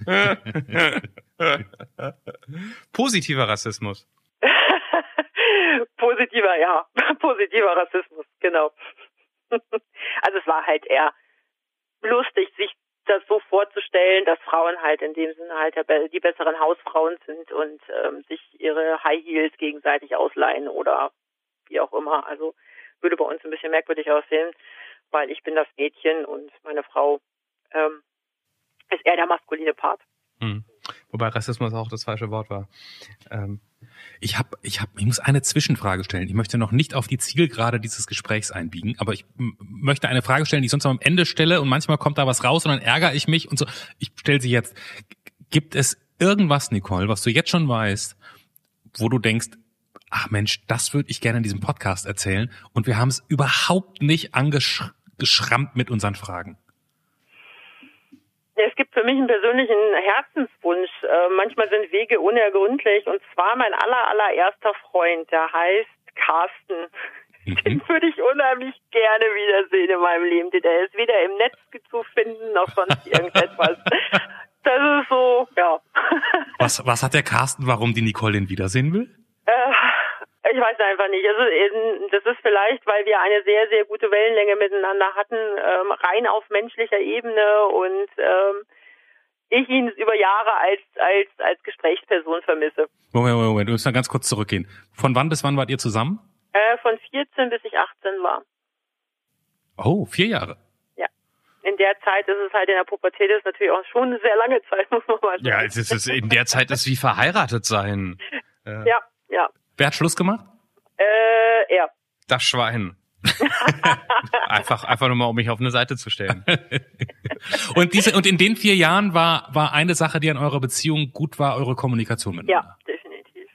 Positiver Rassismus. Positiver, ja. Positiver Rassismus, genau. Also es war halt eher lustig, sich das so vorzustellen, dass Frauen halt in dem Sinne halt die besseren Hausfrauen sind und ähm, sich ihre High Heels gegenseitig ausleihen oder wie auch immer. Also würde bei uns ein bisschen merkwürdig aussehen, weil ich bin das Mädchen und meine Frau ähm, ist eher der maskuline Part. Hm. Wobei Rassismus auch das falsche Wort war. Ähm. Ich habe, ich habe, ich muss eine Zwischenfrage stellen. Ich möchte noch nicht auf die Zielgerade dieses Gesprächs einbiegen, aber ich m- möchte eine Frage stellen, die ich sonst am Ende stelle und manchmal kommt da was raus und dann ärgere ich mich und so. Ich stelle sie jetzt. Gibt es irgendwas, Nicole, was du jetzt schon weißt, wo du denkst, ach Mensch, das würde ich gerne in diesem Podcast erzählen und wir haben es überhaupt nicht angeschrammt mit unseren Fragen? Es gibt für mich einen persönlichen Herzenswunsch. Äh, manchmal sind Wege unergründlich. Und zwar mein aller, allererster Freund, der heißt Carsten. Mhm. Den würde ich unheimlich gerne wiedersehen in meinem Leben. Der ist weder im Netz zu finden, noch sonst irgendetwas. Das ist so, ja. Was, was hat der Carsten, warum die Nicole den wiedersehen will? Äh, ich weiß einfach nicht. Also, das ist vielleicht, weil wir eine sehr, sehr gute Wellenlänge miteinander hatten, ähm, rein auf menschlicher Ebene und ähm, ich ihn über Jahre als als als Gesprächsperson vermisse. Moment, Moment, Moment. Wir müssen mal ganz kurz zurückgehen. Von wann bis wann wart ihr zusammen? Äh, von vierzehn bis ich achtzehn war. Oh, vier Jahre. Ja. In der Zeit ist es halt in der Pubertät, ist natürlich auch schon eine sehr lange Zeit, muss man mal sagen. Ja, es ist in der Zeit ist wie verheiratet sein. Ja, ja. ja. Wer hat Schluss gemacht? Äh, er. Das Schwein. einfach, einfach nur mal, um mich auf eine Seite zu stellen. und diese, und in den vier Jahren war, war eine Sache, die an eurer Beziehung gut war, eure Kommunikation miteinander. Ja, definitiv.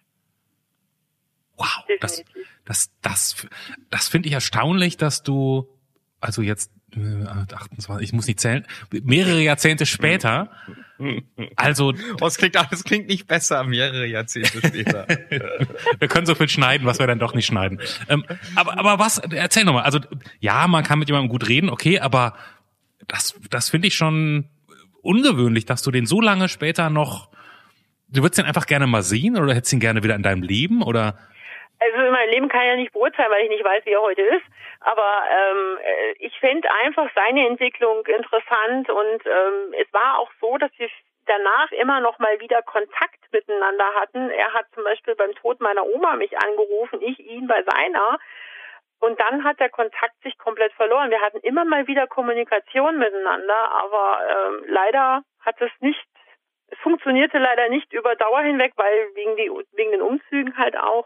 Wow. Definitiv. Das, das, das, das finde ich erstaunlich, dass du, also jetzt, achtundzwanzig, ich muss nicht zählen, mehrere Jahrzehnte später, also... Oh, es klingt, das klingt nicht besser, mehrere Jahrzehnte später. Wir können so viel schneiden, was wir dann doch nicht schneiden. Ähm, aber, aber was, erzähl nochmal, also, ja, man kann mit jemandem gut reden, okay, aber das, das finde ich schon ungewöhnlich, dass du den so lange später noch, du würdest den einfach gerne mal sehen oder hättest ihn gerne wieder in deinem Leben oder... Also in meinem Leben kann ich ja nicht beurteilen, weil ich nicht weiß, wie er heute ist. Aber ähm, ich fände einfach seine Entwicklung interessant und ähm, es war auch so, dass wir danach immer noch mal wieder Kontakt miteinander hatten. Er hat zum Beispiel beim Tod meiner Oma mich angerufen, ich ihn bei seiner. Und dann hat der Kontakt sich komplett verloren. Wir hatten immer mal wieder Kommunikation miteinander, aber ähm, leider hat es nicht, es funktionierte leider nicht über Dauer hinweg, weil wegen, die, wegen den Umzügen halt auch.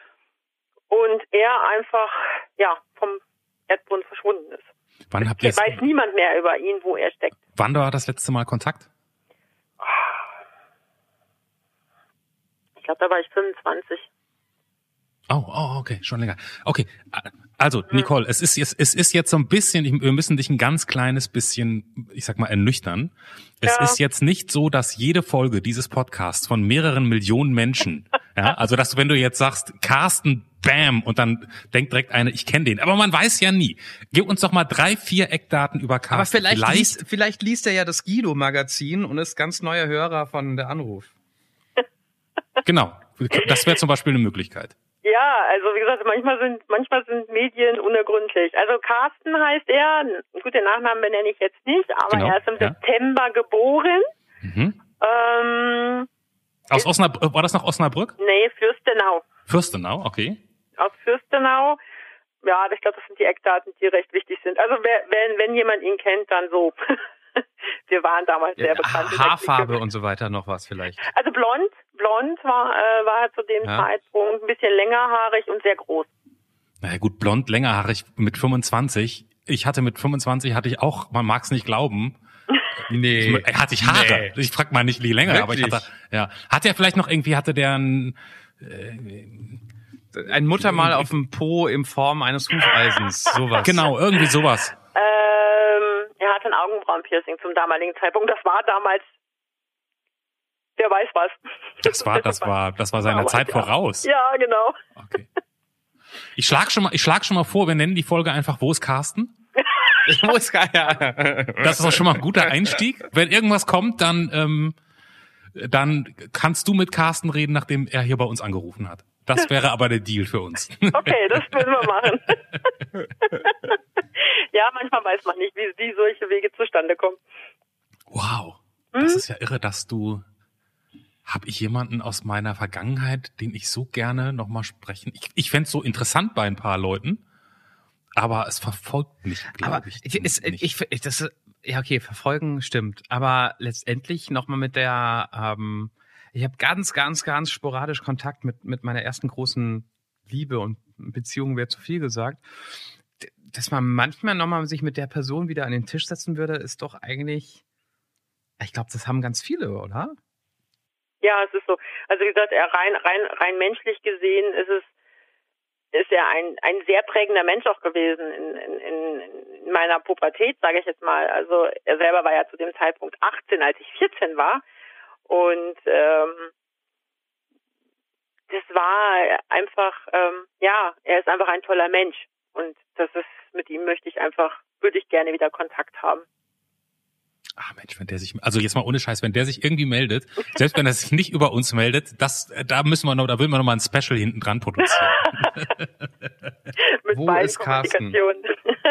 Und er einfach, ja, vom Erdboden verschwunden ist. Wann habt ihr es? Weiß niemand mehr über ihn, wo er steckt. Wann war das letzte Mal Kontakt? Ich glaube, da war ich fünfundzwanzig. Oh, oh, okay, schon länger. Okay, also Nicole, hm. es ist jetzt, es ist jetzt so ein bisschen, wir müssen dich ein ganz kleines bisschen, ich sag mal, ernüchtern. Es ja. ist jetzt nicht so, dass jede Folge dieses Podcasts von mehreren Millionen Menschen, ja, also dass du, wenn du jetzt sagst, Carsten, bam, und dann denkt direkt eine, ich kenne den. Aber man weiß ja nie. Gib uns doch mal drei, vier Eckdaten über Carsten. Aber vielleicht, vielleicht, liest, vielleicht liest er ja das Guido-Magazin und ist ganz neuer Hörer von der Anruf. Genau. Das wäre zum Beispiel eine Möglichkeit. Ja, also wie gesagt, manchmal sind manchmal sind Medien unergründlich. Also Carsten heißt er, gut, den Nachnamen benenne ich jetzt nicht, aber Genau, er ist im ja. September geboren. Mhm. Ähm, Aus Osnabrück, war das noch Osnabrück? nee, Fürstenau. Fürstenau, okay. Aus Fürstenau. Ja, ich glaube, das sind die Eckdaten, die recht wichtig sind. Also wer, wenn, wenn jemand ihn kennt, dann so. Wir waren damals sehr bekannt. Haarfarbe und so weiter, noch was vielleicht. Also blond, blond war, äh, war er zu dem Ja. Zeitpunkt, ein bisschen längerhaarig und sehr groß. Naja gut, blond, längerhaarig mit fünfundzwanzig. Ich hatte mit fünfundzwanzig, hatte ich auch, man mag es nicht glauben, Nee. ich, hatte ich Haare. Nee. Ich frag mal nicht wie länger, aber ich Wirklich? hatte, ja. Hat er vielleicht noch irgendwie, hatte der ein, Ein Muttermal auf dem Po in Form eines Hufeisens, sowas. genau, irgendwie sowas. Ähm, er hatte ein Augenbrauenpiercing zum damaligen Zeitpunkt. Das war damals, wer weiß was. Das war, das war, das war seiner Damals, Zeit ja. voraus. Ja, genau. Okay. Ich schlag schon mal, ich schlag schon mal vor, wir nennen die Folge einfach Wo ist Carsten? Ich muss gar ja. Das ist doch schon mal ein guter Einstieg. Wenn irgendwas kommt, dann, ähm, dann kannst du mit Carsten reden, nachdem er hier bei uns angerufen hat. Das wäre aber der Deal für uns. Okay, das würden wir machen. Ja, manchmal weiß man nicht, wie, wie solche Wege zustande kommen. Wow. Das ist ja irre, dass du, hab ich jemanden aus meiner Vergangenheit, den ich so gerne nochmal sprechen. Ich, ich fänd's so interessant bei ein paar Leuten, aber es verfolgt mich, Aber glaube ich. ich, ist, nicht. ich, ich, das ist, ja okay, verfolgen stimmt. Aber letztendlich nochmal mit der, ähm, ich habe ganz, ganz, ganz sporadisch Kontakt mit mit meiner ersten großen Liebe und Beziehung, wäre zu viel gesagt. D- Dass man manchmal nochmal sich mit der Person wieder an den Tisch setzen würde, ist doch eigentlich, ich glaube, das haben ganz viele, oder? Ja, es ist so. Also wie gesagt, er rein, rein, rein menschlich gesehen ist es, ist er ein, ein sehr prägender Mensch auch gewesen in, in, in meiner Pubertät, sage ich jetzt mal. Also er selber war ja zu dem Zeitpunkt achtzehn, als ich vierzehn war. Und ähm, das war einfach, ähm, ja, er ist einfach ein toller Mensch. Und das ist, mit ihm möchte ich einfach, würde ich gerne wieder Kontakt haben. Ach Mensch, wenn der sich, also jetzt mal ohne Scheiß, wenn der sich irgendwie meldet, selbst wenn er sich nicht über uns meldet, das, da müssen wir noch, da will man noch mal ein Special hinten dran produzieren. Mit Wo beiden ist Carsten? Kommunikationen.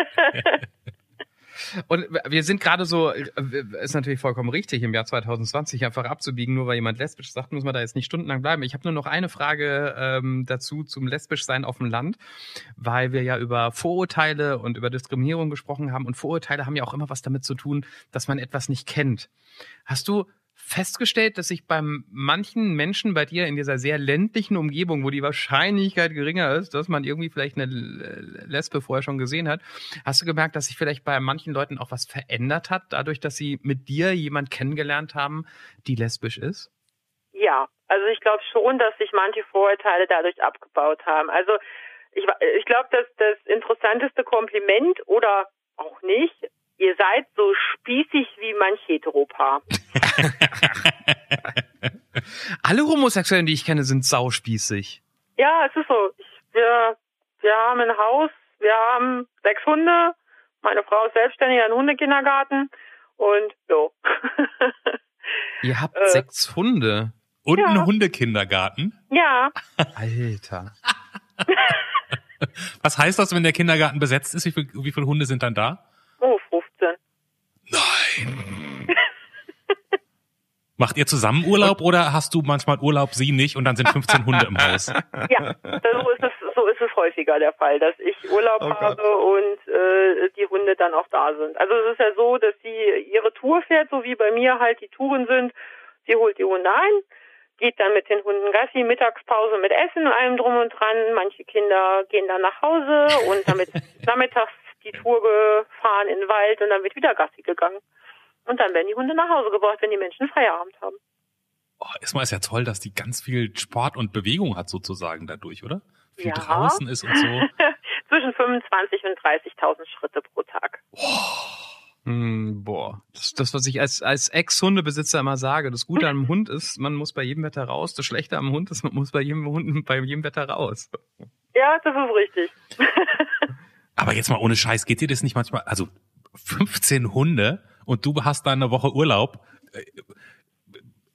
Und wir sind gerade so, ist natürlich vollkommen richtig, im Jahr zwanzig zwanzig einfach abzubiegen, nur weil jemand lesbisch sagt, muss man da jetzt nicht stundenlang bleiben. Ich habe nur noch eine Frage ähm, dazu zum Lesbischsein auf dem Land, weil wir ja über Vorurteile und über Diskriminierung gesprochen haben. Und Vorurteile haben ja auch immer was damit zu tun, dass man etwas nicht kennt. Hast du festgestellt, dass sich bei manchen Menschen bei dir in dieser sehr ländlichen Umgebung, wo die Wahrscheinlichkeit geringer ist, dass man irgendwie vielleicht eine Lesbe vorher schon gesehen hat, hast du gemerkt, dass sich vielleicht bei manchen Leuten auch was verändert hat, dadurch, dass sie mit dir jemand kennengelernt haben, die lesbisch ist? Ja, also ich glaube schon, dass sich manche Vorurteile dadurch abgebaut haben. Also ich, ich glaube, dass das interessanteste Kompliment oder auch nicht, ihr seid so spießig wie manch Heteropaar. Alle Homosexuellen, die ich kenne, sind sauspießig. Ja, es ist so. Ich, wir, wir haben ein Haus, wir haben sechs Hunde, meine Frau ist selbstständig an Hundekindergarten und so. Ihr habt Äh. sechs Hunde. Und Ja. einen Hundekindergarten. Ja, Alter. Was heißt das, wenn der Kindergarten besetzt ist? Wie viel, wie viele Hunde sind dann da? oh, fünfzehn. Nein. Macht ihr zusammen Urlaub oder hast du manchmal Urlaub, sie nicht und dann sind fünfzehn Hunde im Haus? Ja, so ist es, so ist es häufiger der Fall, dass ich Urlaub Oh Gott. habe und äh, die Hunde dann auch da sind. Also es ist ja so, dass sie ihre Tour fährt, so wie bei mir halt die Touren sind. Sie holt die Hunde ein, geht dann mit den Hunden Gassi, Mittagspause mit Essen und allem drum und dran. Manche Kinder gehen dann nach Hause und dann wird nachmittags die Tour gefahren in den Wald und dann wird wieder Gassi gegangen. Und dann werden die Hunde nach Hause gebracht, wenn die Menschen Feierabend haben. Oh, erstmal ist ja toll, dass die ganz viel Sport und Bewegung hat sozusagen dadurch, oder? Viel Ja. draußen ist und so. Zwischen fünfundzwanzig und dreißigtausend Schritte pro Tag. Hm, boah, das, das, was ich als, als Ex-Hundebesitzer immer sage, das Gute am Hund ist, man muss bei jedem Wetter raus, das Schlechte am Hund ist, man muss bei jedem Hund bei jedem Wetter raus. Ja, das ist richtig. Aber jetzt mal ohne Scheiß, geht dir das nicht manchmal, also fünfzehn Hunde und du hast da eine Woche Urlaub.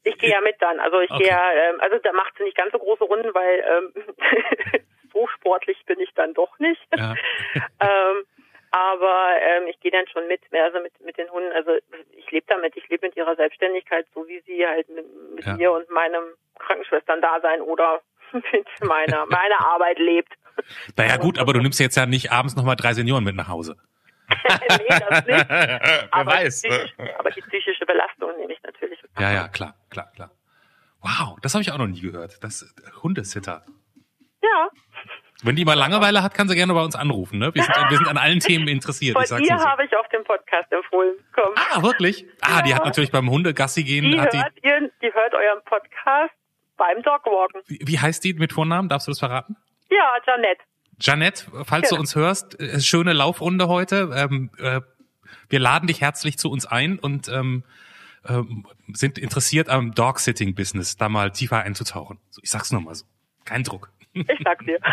Ich gehe ja mit dann. Also ich Okay. gehe ja, ähm, also da macht sie nicht ganz so große Runden, weil ähm, so sportlich bin ich dann doch nicht. Ja. ähm, aber ähm, ich gehe dann schon mit, also mit mit den Hunden. Also ich lebe damit, ich lebe mit ihrer Selbstständigkeit, so wie sie halt mit, mit Ja. mir und meinem Krankenschwestern-Dasein oder mit meiner meiner Arbeit lebt. Naja gut, aber du nimmst jetzt ja nicht abends nochmal drei Senioren mit nach Hause. Nee, das nicht. Wer Aber weiß. Die psychische, aber die psychische Belastung nehme ich natürlich mit. Ja, ja, klar, klar, klar. Wow, das habe ich auch noch nie gehört. Das äh, Hundesitter. Ja. Wenn die mal Langeweile hat, kann sie gerne bei uns anrufen. Ne? Wir, sind, wir sind an allen Themen interessiert. Von Ich sag's ihr nur so. habe ich auf dem Podcast empfohlen. Komm. Ah, wirklich? Ah, die hat natürlich beim Hundegassi gehen. Die Hat die, hört, ihr, die hört euren Podcast beim Dogwalken. wie, wie heißt die mit Vornamen? Darfst du das verraten? Ja, Janette. Janette, falls Genau. du uns hörst, äh, schöne Laufrunde heute. Ähm, äh, wir laden dich herzlich zu uns ein und ähm, ähm, sind interessiert am Dog-Sitting-Business, da mal tiefer einzutauchen. So, ich sag's nur mal so. Kein Druck. Ich sag's dir.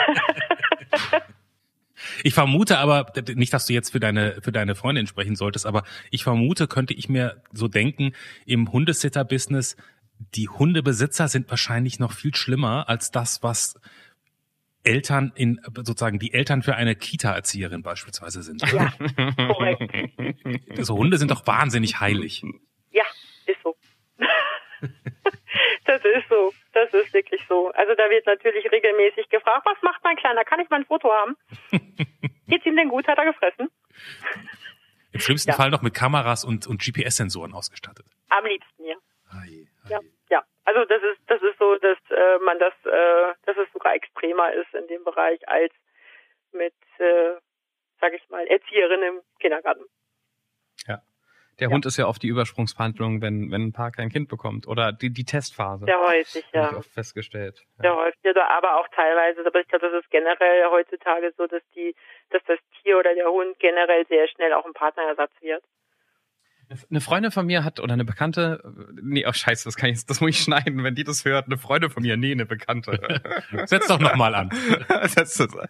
Ich vermute aber, nicht, dass du jetzt für deine für deine Freundin sprechen solltest, aber ich vermute, könnte ich mir so denken, im Hundesitter-Business, die Hundebesitzer sind wahrscheinlich noch viel schlimmer als das, was Eltern in, sozusagen die Eltern für eine Kita-Erzieherin beispielsweise sind. Ja, korrekt. Also Hunde sind doch wahnsinnig heilig. Ja, ist so. Das ist so. Das ist wirklich so. Also da wird natürlich regelmäßig gefragt, was macht mein Kleiner? Kann ich mein Foto haben? Geht's ihm denn gut? Hat er gefressen? Im schlimmsten Ja. Fall noch mit Kameras und, und G P S-Sensoren ausgestattet. Am liebsten, ja. Ei, ei. Ja, ja. Also das ist das ist so, dass äh, man das, äh, dass es sogar extremer ist in dem Bereich als mit, äh, sag ich mal, Erzieherinnen im Kindergarten. Der Ja. Hund ist ja oft die Übersprungshandlung, wenn, wenn ein Paar kein Kind bekommt. Oder die, die Testphase. Sehr häufig, Habe ich ja. oft festgestellt. Sehr häufig, ja, aber auch teilweise. Aber ich glaube, das ist generell heutzutage so, dass die, dass das Tier oder der Hund generell sehr schnell auch ein Partnerersatz wird. Eine Freundin von mir hat, oder eine Bekannte, nee, oh scheiße, das kann ich, das muss ich schneiden, wenn die das hört. Eine Freundin von mir, nee, eine Bekannte. Setz doch nochmal an. Das ist,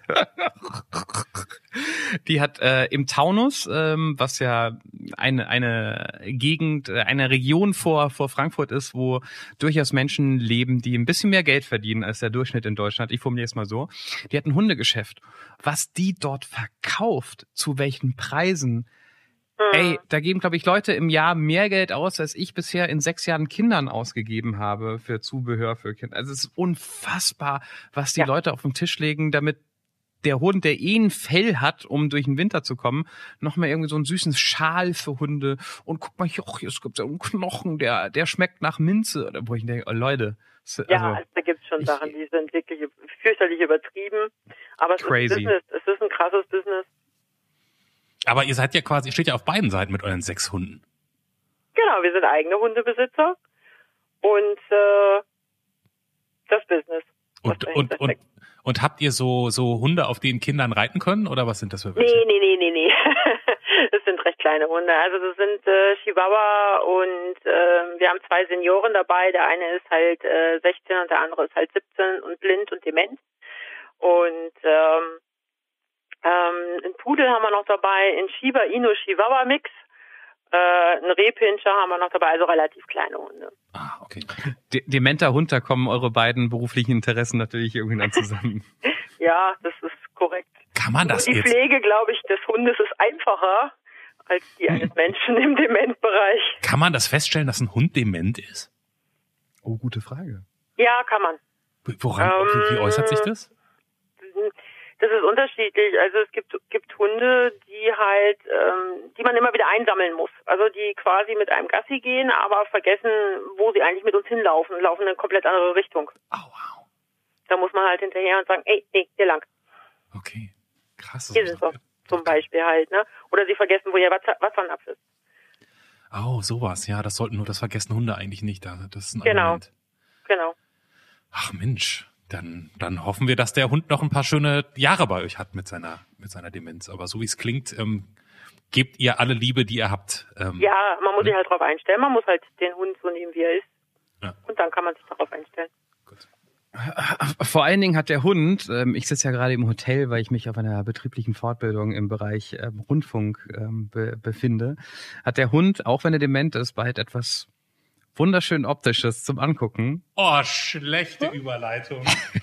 die hat äh, im Taunus, ähm, was ja eine eine Gegend, äh, eine Region vor vor Frankfurt ist, wo durchaus Menschen leben, die ein bisschen mehr Geld verdienen als der Durchschnitt in Deutschland. Ich formuliere es mal so. Die hat ein Hundegeschäft. Was die dort verkauft, zu welchen Preisen, ey, da geben, glaube ich, Leute im Jahr mehr Geld aus, als ich bisher in sechs Jahren Kindern ausgegeben habe für Zubehör für Kinder. Also es ist unfassbar, was die Ja. Leute auf den Tisch legen, damit der Hund, der eh ein Fell hat, um durch den Winter zu kommen, noch mal irgendwie so einen süßen Schal für Hunde. Und guck mal, hier, oh, hier gibt es ja einen Knochen, der der schmeckt nach Minze. Oder wo ich denke, oh, Leute. Also, Ja, also da gibt's schon ich- Sachen, die sind wirklich fürchterlich übertrieben. Aber es Crazy. ist ein Business. Es ist ein krasses Business. Aber ihr seid ja quasi, ihr steht ja auf beiden Seiten mit euren sechs Hunden. Genau, wir sind eigene Hundebesitzer und äh, das Business. was Und, dahinter und, und, steckt. und habt ihr so, so Hunde, auf denen Kindern reiten können? Oder was sind das für welche? Nee, nee, nee, nee, nee. Das sind recht kleine Hunde. Also das sind äh, Chihuahua und äh, wir haben zwei Senioren dabei. Der eine ist halt äh, sechzehn und der andere ist halt siebzehn und blind und dement. Und ähm, ähm, einen Pudel haben wir noch dabei, einen Shiba Inu Chihuahua Mix, äh, einen Rehpinscher haben wir noch dabei, also relativ kleine Hunde. Ah, okay. De dementer Hund, da kommen eure beiden beruflichen Interessen natürlich irgendwie dann zusammen. Ja, das ist korrekt. Kann man das und die jetzt? Pflege, glaube ich, des Hundes ist einfacher als die eines Menschen im Dementbereich. Kann man das feststellen, dass ein Hund dement ist? Oh, gute Frage. Ja, kann man. Woran, Ähm, wie, wie äußert sich das? Das ist unterschiedlich. Also es gibt gibt Hunde, die halt, ähm, die man immer wieder einsammeln muss. Also die quasi mit einem Gassi gehen, aber vergessen, wo sie eigentlich mit uns hinlaufen, und laufen in eine komplett andere Richtung. Au, au. Da muss man halt hinterher und sagen, ey, nee, hier lang. Okay. Krass. das Hier ist sind doch- wir. Zum Beispiel halt, ne? Oder sie vergessen, wo ihr Wasser, Wassernapf ist. Oh, sowas. Ja, das sollten nur, das vergessen Hunde eigentlich nicht. Da- Das ist ein Genau. Argument. Genau. Ach Mensch. Dann, dann hoffen wir, dass der Hund noch ein paar schöne Jahre bei euch hat mit seiner, mit seiner Demenz. Aber so wie es klingt, ähm, gebt ihr alle Liebe, die ihr habt. Ähm, Ja, man muss sich halt drauf einstellen. Man muss halt den Hund so nehmen, wie er ist. Ja. Und dann kann man sich darauf einstellen. Gut. Vor allen Dingen hat der Hund, ähm, ich sitze ja gerade im Hotel, weil ich mich auf einer betrieblichen Fortbildung im Bereich ähm, Rundfunk ähm, be befinde, hat der Hund, auch wenn er dement ist, bald etwas wunderschön optisches zum Angucken. Oh, schlechte Überleitung.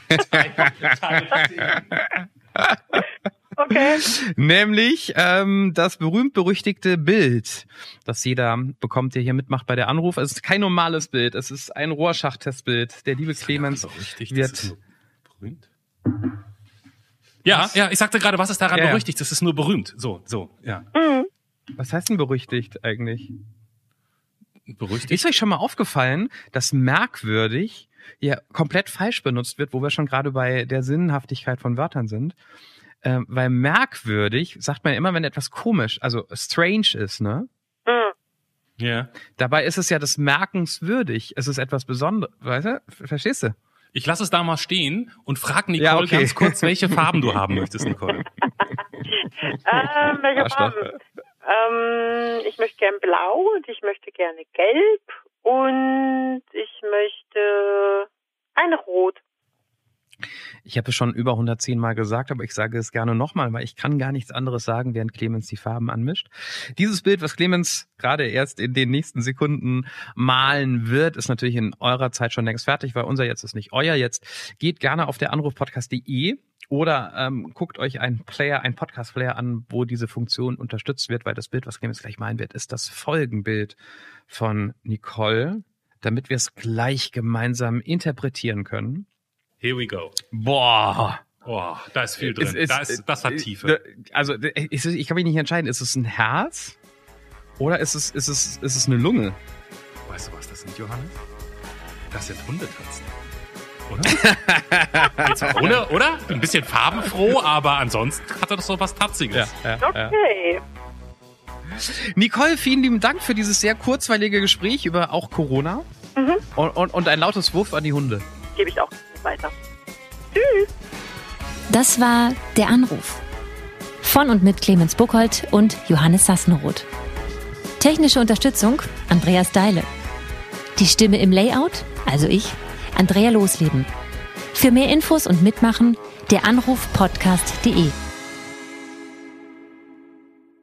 Okay. Nämlich ähm, das berühmt-berüchtigte Bild, das jeder bekommt, der hier mitmacht bei der Anruf. Es ist kein normales Bild, es ist ein Rorschach-Testbild. Der liebe Clemens wird... Berühmt? Ja, ja, ich sagte gerade, was ist daran ja, berüchtigt? Das ist nur berühmt. So, so, ja. Mhm. Was heißt denn berüchtigt eigentlich? Berüchtigt? Ist euch schon mal aufgefallen, dass merkwürdig ja komplett falsch benutzt wird, wo wir schon gerade bei der Sinnhaftigkeit von Wörtern sind? Ähm, weil merkwürdig sagt man immer, wenn etwas komisch, also strange ist, ne? Mhm. Ja. Dabei ist es ja das merkenswürdig. Es ist etwas Besonderes, weißt du? Verstehst du? Ich lasse es da mal stehen und frag Nicole Ja, okay. ganz kurz, welche Farben du haben möchtest, Nicole. Ähm, welche Farben? Ähm, ich möchte gern blau und ich möchte gerne gelb und ich möchte ein Rot. Ich habe es schon über hundertzehn Mal gesagt, aber ich sage es gerne nochmal, weil ich kann gar nichts anderes sagen, während Clemens die Farben anmischt. Dieses Bild, was Clemens gerade erst in den nächsten Sekunden malen wird, ist natürlich in eurer Zeit schon längst fertig, weil unser Jetzt ist nicht euer Jetzt. Geht gerne auf der anrufpodcast punkt de oder ähm, guckt euch einen Player, einen Podcast-Player an, wo diese Funktion unterstützt wird, weil das Bild, was Clemens gleich malen wird, ist das Folgenbild von Nicole, damit wir es gleich gemeinsam interpretieren können. Here we go. Boah. Oh, da ist viel drin. Es ist, da ist, das hat Tiefe. Also ich, ich kann mich nicht entscheiden, ist es ein Herz oder ist es, ist es, ist es eine Lunge? Weißt du, was das sind, Johannes? Das sind Hundetatzen. Oder? Jetzt ohne, oder? Ein bisschen farbenfroh, aber ansonsten hat er doch so was Tatziges. Ja, ja, Okay. ja. Nicole, vielen lieben Dank für dieses sehr kurzweilige Gespräch über auch Corona. Mhm. Und, und, und ein lautes Wurf an die Hunde. Gebe ich auch weiter. Tschüss. Das war Der Anruf. Von und mit Clemens Buchholz und Johannes Sassenroth. Technische Unterstützung Andreas Deile. Die Stimme im Layout, also ich, Andrea Losleben. Für mehr Infos und Mitmachen, der Anruf Podcast punkt de.